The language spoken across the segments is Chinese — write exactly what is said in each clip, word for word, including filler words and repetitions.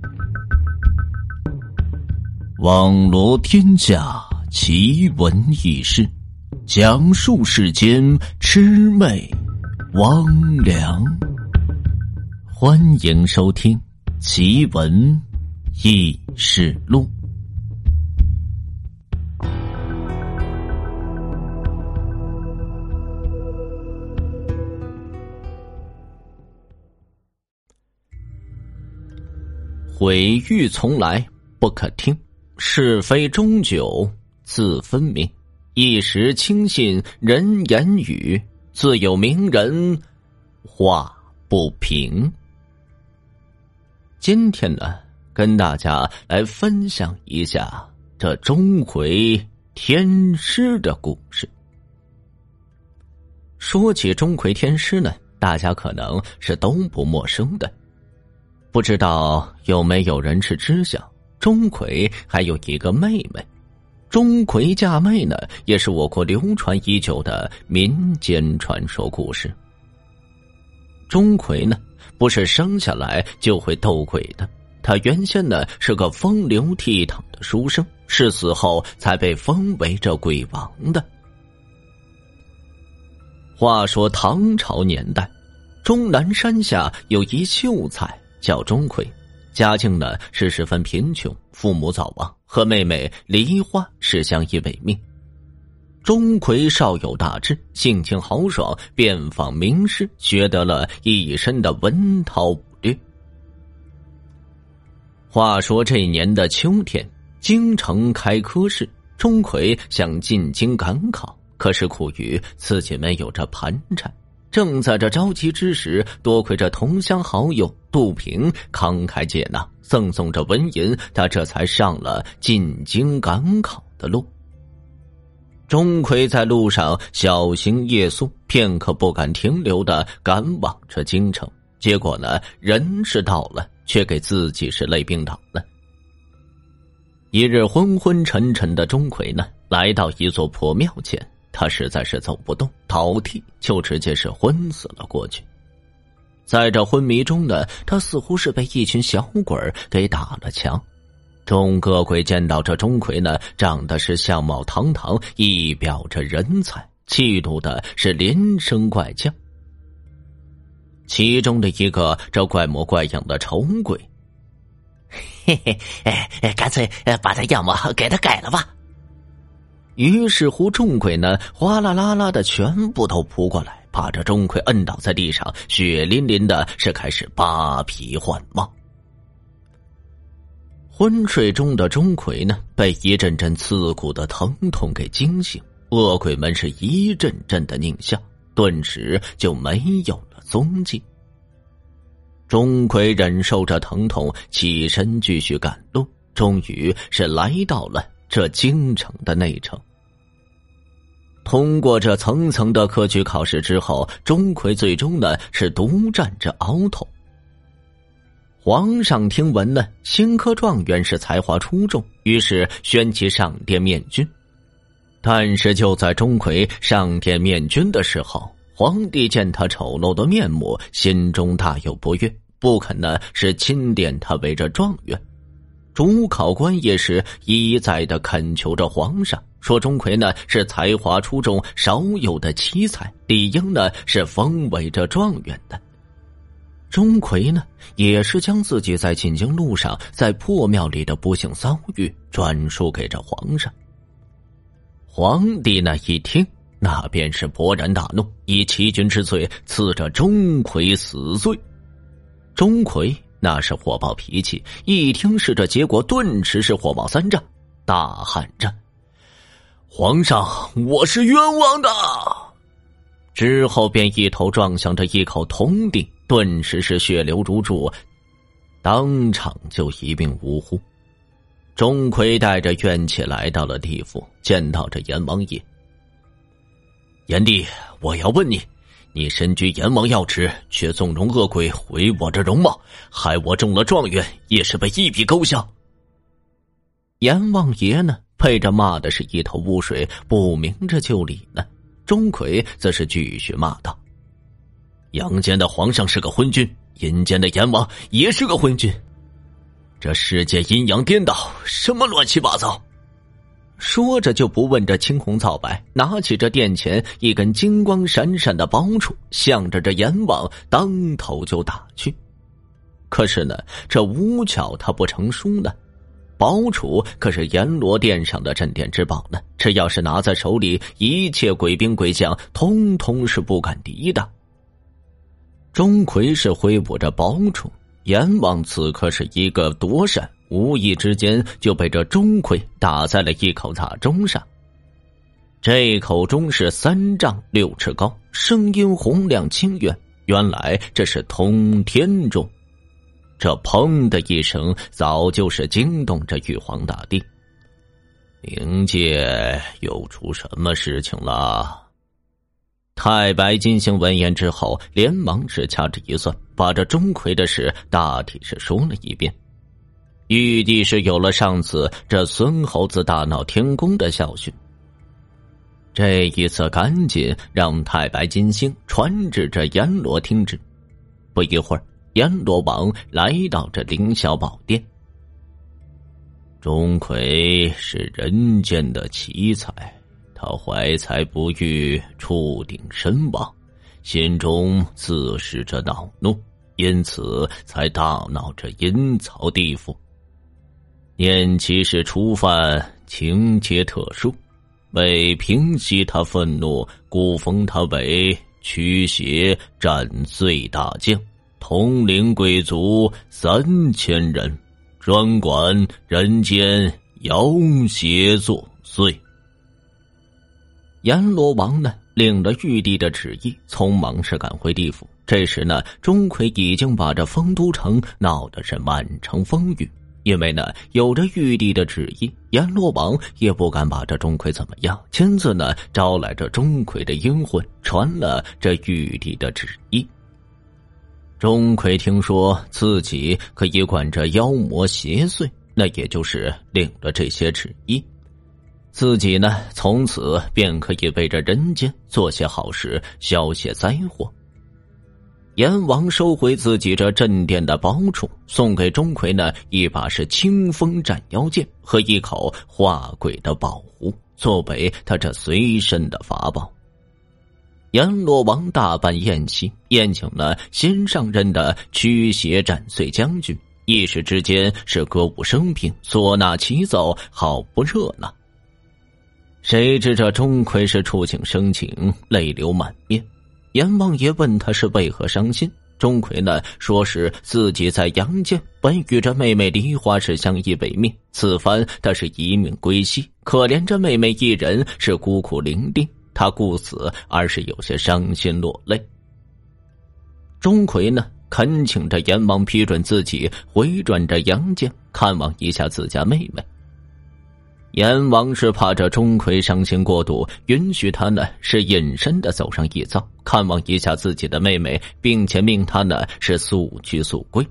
网罗天下奇闻异事，讲述世间魑魅魍魉。欢迎收听奇闻异事录。毁誉从来不可听，是非终究自分明。一时轻信人言语，自有名人话不平。今天呢，跟大家来分享一下这钟馗天师的故事。说起钟馗天师呢，大家可能是都不陌生的。不知道有没有人是知晓，钟馗还有一个妹妹。钟馗嫁妹呢，也是我国流传已久的民间传说故事。钟馗呢，不是生下来就会斗鬼的，他原先呢是个风流倜傥的书生，是死后才被封为这鬼王的。话说唐朝年代，终南山下有一秀才叫钟馗，家境呢是十分贫穷，父母早亡，和妹妹梨花是相依为命。钟馗少有大志，性情豪爽，遍访名师，学得了一身的文韬武略。话说这年的秋天，京城开科试，钟馗想进京赶考，可是苦于自己没有这盘缠。正在这着急之时，多亏这同乡好友杜平慷慨解囊，赠送着文银，他这才上了进京赶考的路。钟馗在路上小行夜宿，片刻不敢停留的赶往这京城。结果呢，人是到了，却给自己是累病倒了。一日昏昏沉沉的钟馗呢，来到一座破庙前，他实在是走不动，倒地就直接是昏死了过去。在这昏迷中呢，他似乎是被一群小鬼给打了墙。众恶鬼见到这钟馗呢，长得是相貌堂堂，一表着人才，气度的是连声怪叫。其中的一个这怪模怪样的丑鬼， 嘿嘿，哎，干脆把他样貌给他改了吧。 于是乎众鬼呢哗啦啦啦的全部都扑过来，把这钟馗摁倒在地上，血淋淋的是开始扒皮换貌。昏睡中的钟馗呢，被一阵阵刺骨的疼痛给惊醒，恶鬼们是一阵阵的狞笑，顿时就没有了踪迹。钟馗忍受着疼痛，起身继续赶路，终于是来到了这京城的内城。通过这层层的科举考试之后，钟馗最终呢是独占这鳌头。皇上听闻呢，新科状元是才华出众，于是宣其上殿面君。但是就在钟馗上殿面君的时候，皇帝见他丑陋的面目，心中大有不悦，不肯呢是钦点他为这状元。主考官也是一再的恳求着皇上，说钟馗呢是才华出众，少有的奇才，理应呢是封为这状元的。钟馗呢也是将自己在进京路上在破庙里的不幸遭遇转述给这皇上。皇帝呢一听，那便是勃然大怒，以欺君之罪赐着钟馗死罪。钟馗那是火爆脾气，一听是这结果，顿时是火冒三丈，大喊着：“皇上，我是冤枉的！”之后便一头撞向着一口铜锭，顿时是血流如注，当场就一命呜呼。钟馗带着怨气来到了地府，见到这阎王爷。炎帝，我要问你，你身居阎王要职，却纵容恶鬼毁我这容貌，害我中了状元，也是被一笔勾销。阎王爷呢，配着骂的是一头雾水，不明着就里呢。钟馗则是继续骂道：“阳间的皇上是个昏君，阴间的阎王也是个昏君。 这世界阴阳颠倒，什么乱七八糟！说着就不问这青红皂白，拿起这殿前一根金光闪闪的宝杵，向着这阎王当头就打去。可是呢，这无巧他不成书呢，宝杵可是阎罗殿上的镇店之宝呢，这要是拿在手里，一切鬼兵鬼将通通是不敢敌的。钟馗是挥舞着宝杵，阎王此刻是一个躲闪，无意之间就被这钟馗打在了一口大钟上。这口钟是三丈六尺高，声音洪亮清远，原来这是通天钟。这砰的一声，早就是惊动着玉皇大帝。冥界又出什么事情了？太白金星闻言之后，连忙是掐指一算，把这钟馗的事大体是说了一遍。玉帝是有了上次这孙猴子大闹天宫的教训，这一次赶紧让太白金星传旨这阎罗听旨。不一会儿，阎罗王来到这凌霄宝殿。钟馗是人间的奇才，他怀才不遇，触顶身亡，心中自是着恼怒，因此才大闹这阴曹地府。念其是初犯，情节特殊，为平息他愤怒，故封他为驱邪斩罪大将，统领贵族三千人，专管人间妖邪作祟。阎罗王呢，领了玉帝的旨意，匆忙是赶回地府。这时呢，钟馗已经把这丰都城闹得是满城风雨。因为呢，有着玉帝的旨意，阎罗王也不敢把这钟馗怎么样，亲自呢招来这钟馗的阴魂，传了这玉帝的旨意。钟馗听说自己可以管这妖魔邪祟，那也就是领了这些旨意，自己呢从此便可以为这人间做些好事，消些灾祸。阎王收回自己这镇殿的宝杵，送给钟馗呢一把是清风斩妖剑和一口化鬼的宝壶，作为他这随身的法宝。阎罗王大办宴席，宴请了新上任的驱邪斩祟将军，一时之间是歌舞升平，唢呐齐奏，好不热闹。谁知这钟馗是触景生情，泪流满面。阎王爷问他是为何伤心，钟馗呢说是自己在阳间本与这妹妹梨花是相依为命，此番他是一命归西，可怜这妹妹一人是孤苦伶仃，他故死而是有些伤心落泪。钟馗呢恳请着阎王批准自己回转这阳间，看望一下自家妹妹。阎王是怕这钟馗伤心过度，允许他呢是隐身的走上一遭，看望一下自己的妹妹，并且命他呢是速去速归。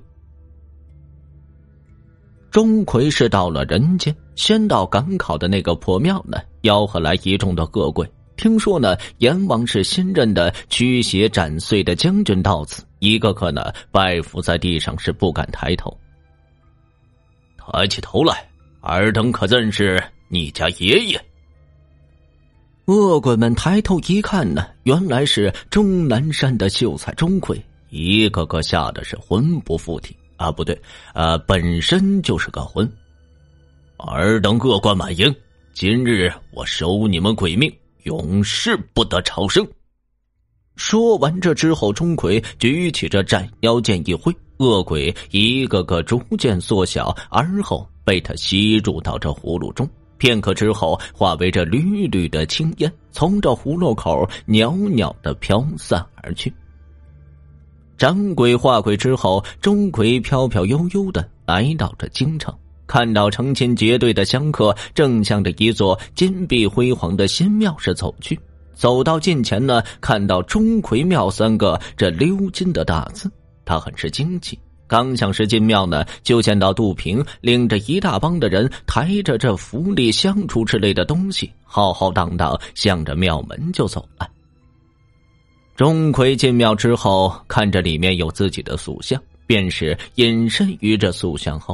钟馗是到了人间，先到赶考的那个破庙呢，吆喝来一众的恶鬼。听说呢，阎王是新任的驱邪斩祟的将军到此，一个个呢拜伏在地上，是不敢抬头。抬起头来，尔等可认识你家爷爷？恶鬼们抬头一看呢，原来是终南山的秀才钟馗，一个个吓得是魂不附体啊，不对，呃，本身就是个魂。尔等恶贯满盈，今日我收你们鬼命，永世不得超生。说完这之后，钟馗举起这斩妖剑一挥，恶鬼一个个逐渐缩小，而后被他吸入到这葫芦中，片刻之后化为这缕缕的青烟，从这葫芦口袅袅的飘散而去。斩鬼化鬼之后，钟馗飘飘悠悠的来到这京城，看到成群结队的香客正向着一座金碧辉煌的新庙是走去。走到近前呢，看到钟馗庙三个这鎏金的大字，他很是惊奇。刚想是进庙呢，就见到杜平领着一大帮的人，抬着这福利香烛之类的东西，浩浩荡荡向着庙门就走了。钟馗进庙之后，看着里面有自己的塑像，便是隐身于这塑像后。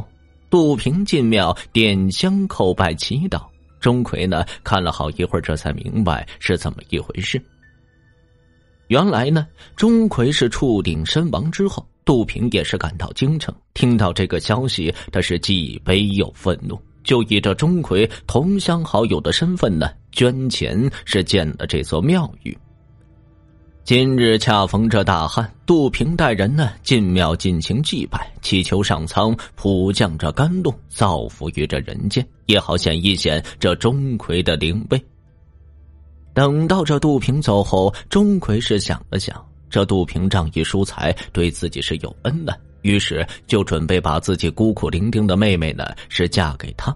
杜平进庙点香叩拜祈祷，钟馗呢看了好一会儿，这才明白是怎么一回事。原来呢，钟馗是触顶身亡之后，杜平也是赶到京城，听到这个消息，他是既悲又愤怒，就以这钟馗同乡好友的身份呢，捐钱是建了这座庙宇。今日恰逢这大旱，杜平带人呢进庙进行祭拜，祈求上苍普降这甘露，造福于这人间，也好显一显这钟馗的灵威。等到这杜平走后，钟馗是想了想，这杜平仗义疏财，对自己是有恩的，于是就准备把自己孤苦伶仃的妹妹呢是嫁给他。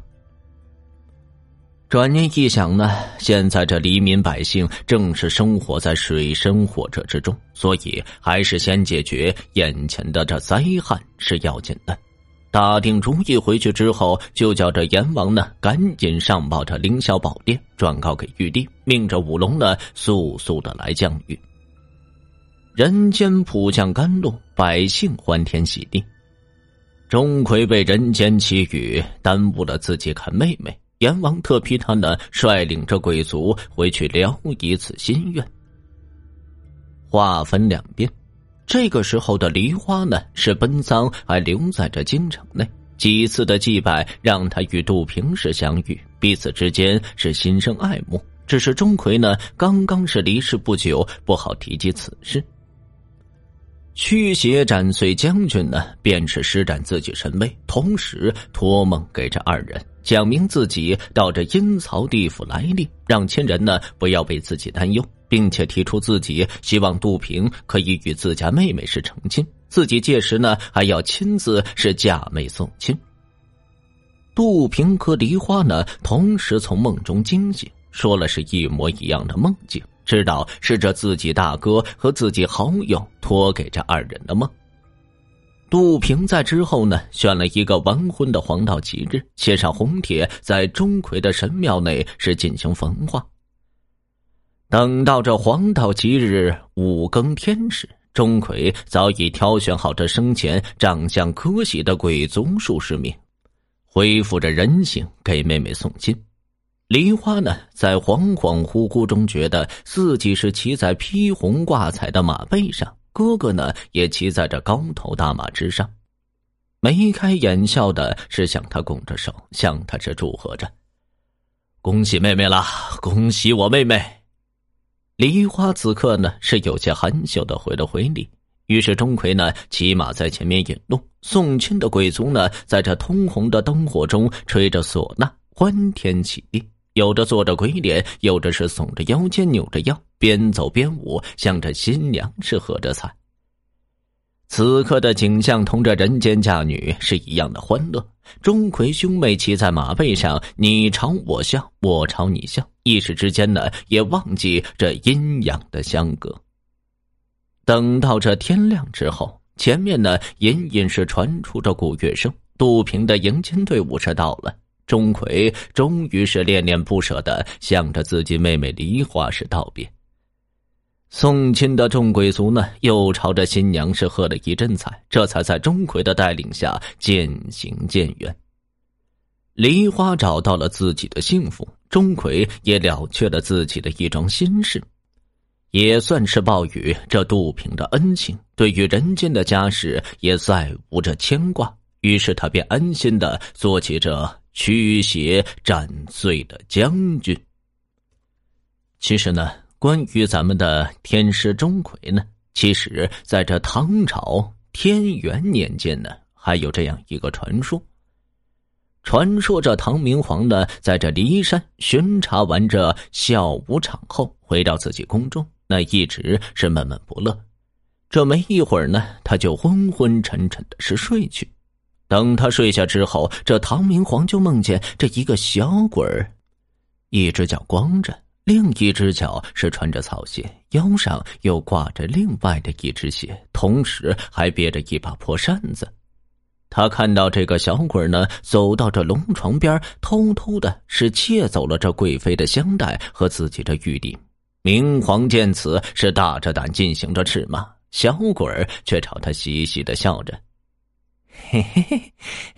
转念一想呢，现在这黎民百姓正是生活在水深火热之中，所以还是先解决眼前的这灾害是要紧的。打定主意回去之后，就叫这阎王呢赶紧上报这凌霄宝殿，转告给玉帝，命这五龙呢速速的来降雨。人间普降甘露，百姓欢天喜地。钟馗被人间奇雨耽误了自己看妹妹，阎王特批他呢率领着贵族回去聊一次心愿。话分两边，这个时候的梨花呢是奔丧，还留在这京城内，几次的祭拜让他与杜平是相遇，彼此之间是心生爱慕。只是钟馗呢刚刚是离世不久，不好提及此事。驱邪斩碎将军呢便是施展自己神威，同时托梦给这二人，讲明自己到这阴曹地府来历，让亲人呢不要为自己担忧，并且提出自己希望杜平可以与自家妹妹是成亲，自己届时呢还要亲自是嫁妹送亲。杜平和梨花呢同时从梦中惊醒，说了是一模一样的梦境，知道是这自己大哥和自己好友托给这二人的梦。杜平在之后呢选了一个完婚的黄道吉日，写上红帖，在钟馗的神庙内是进行焚化。等到这黄道吉日五更天时，钟馗早已挑选好这生前长相可喜的贵族数十名，恢复着人形给妹妹送亲。梨花呢在恍恍惚惚中觉得自己是骑在披红挂彩的马背上，哥哥呢也骑在这高头大马之上，眉开眼笑的是向他拱着手，向他是祝贺着，恭喜妹妹啦，恭喜我妹妹。梨花此刻呢是有些含羞的回了回礼，于是钟馗呢骑马在前面引路，送亲的贵族呢在这通红的灯火中吹着唢呐，欢天喜地，有的做着鬼脸，有的是耸着腰间扭着腰，边走边舞，向着新娘是喝着彩。此刻的景象同这人间嫁女是一样的欢乐，钟馗兄妹骑在马背上，你朝我笑，我朝你笑，一时之间呢也忘记这阴阳的相隔。等到这天亮之后，前面呢隐隐是传出着鼓乐声，杜平的迎亲队伍是到了。钟馗终于是恋恋不舍地向着自己妹妹梨花是道别。送亲的众贵族呢又朝着新娘是喝了一阵彩，这才在钟馗的带领下渐行渐远。梨花找到了自己的幸福，钟馗也了却了自己的一桩心事，也算是报与这杜平的恩情，对于人间的家事也再无这牵挂，于是他便安心地做起这驱邪斩碎的将军。其实呢，关于咱们的天师钟馗呢，其实在这唐朝天元年间呢，还有这样一个传说。传说这唐明皇呢，在这骊山巡查完这孝武场后，回到自己宫中，那一直是闷闷不乐。这没一会儿呢，他就昏昏沉沉的是睡去。等他睡下之后，这唐明皇就梦见这一个小鬼儿，一只脚光着，另一只脚是穿着草鞋，腰上又挂着另外的一只鞋，同时还别着一把破扇子。他看到这个小鬼呢，走到这龙床边，偷偷的是窃走了这贵妃的香袋和自己的玉璧。明皇见此是大着胆进行着斥骂，小鬼却朝他嘻嘻的笑着。嘿嘿嘿嘿，我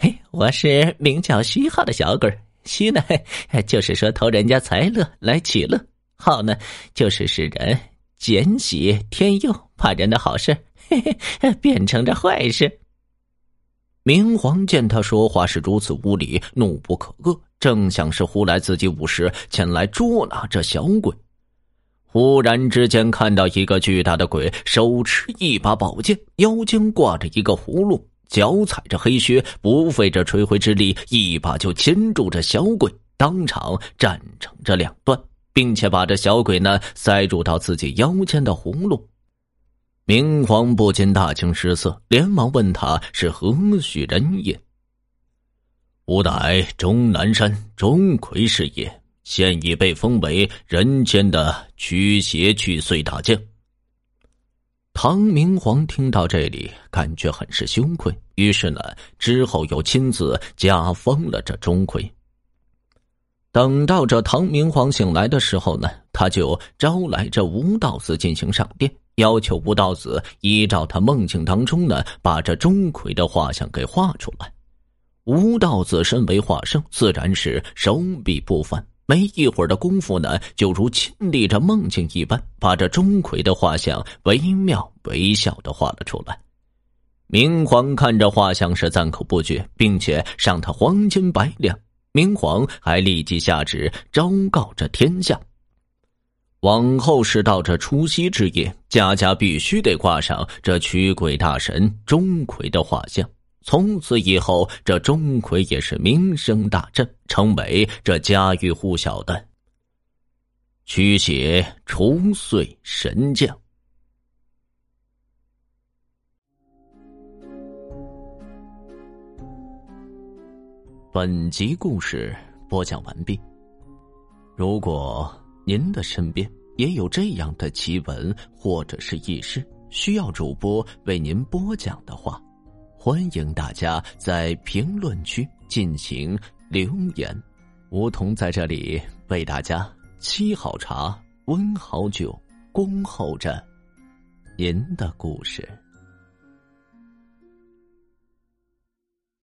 我是名叫虚号的小鬼，虚呢就是说偷人家财乐来取乐，号呢就是使人拣喜添诱，怕人的好事嘿嘿变成这坏事。 明皇见他说话是如此无礼，怒不可遏，正想是呼来自己武士前来捉拿这小鬼，忽然之间看到一个巨大的鬼手持一把宝剑，腰间挂着一个葫芦，脚踩着黑靴，不费这吹灰之力，一把就牵住这小鬼，当场斩成这两段，并且把这小鬼呢塞入到自己腰间的葫芦。明皇不禁大惊失色，连忙问他是何许人也。吾乃终南山钟馗是也，现已被封为人间的驱邪去祟大将。唐明皇听到这里，感觉很是羞愧，于是呢，之后又亲自加封了这钟馗。等到这唐明皇醒来的时候呢，他就招来这吴道子进行赏殿，要求吴道子依照他梦境当中呢，把这钟馗的画像给画出来。吴道子身为画圣，自然是手笔不凡，没一会儿的功夫呢，就如亲历着梦境一般，把这钟馗的画像惟妙惟肖地画了出来。明皇看着画像是赞口不绝，并且赏他黄金百两。明皇还立即下旨昭告这天下，往后是到这除夕之夜，家家必须得挂上这驱鬼大神钟馗的画像。从此以后，这钟馗也是名声大振，成为这家喻户晓的驱邪除祟神将。本集故事播讲完毕。如果您的身边也有这样的奇闻或者是轶事，需要主播为您播讲的话，欢迎大家在评论区进行留言。梧桐在这里为大家沏好茶，温好酒，恭候着您的故事。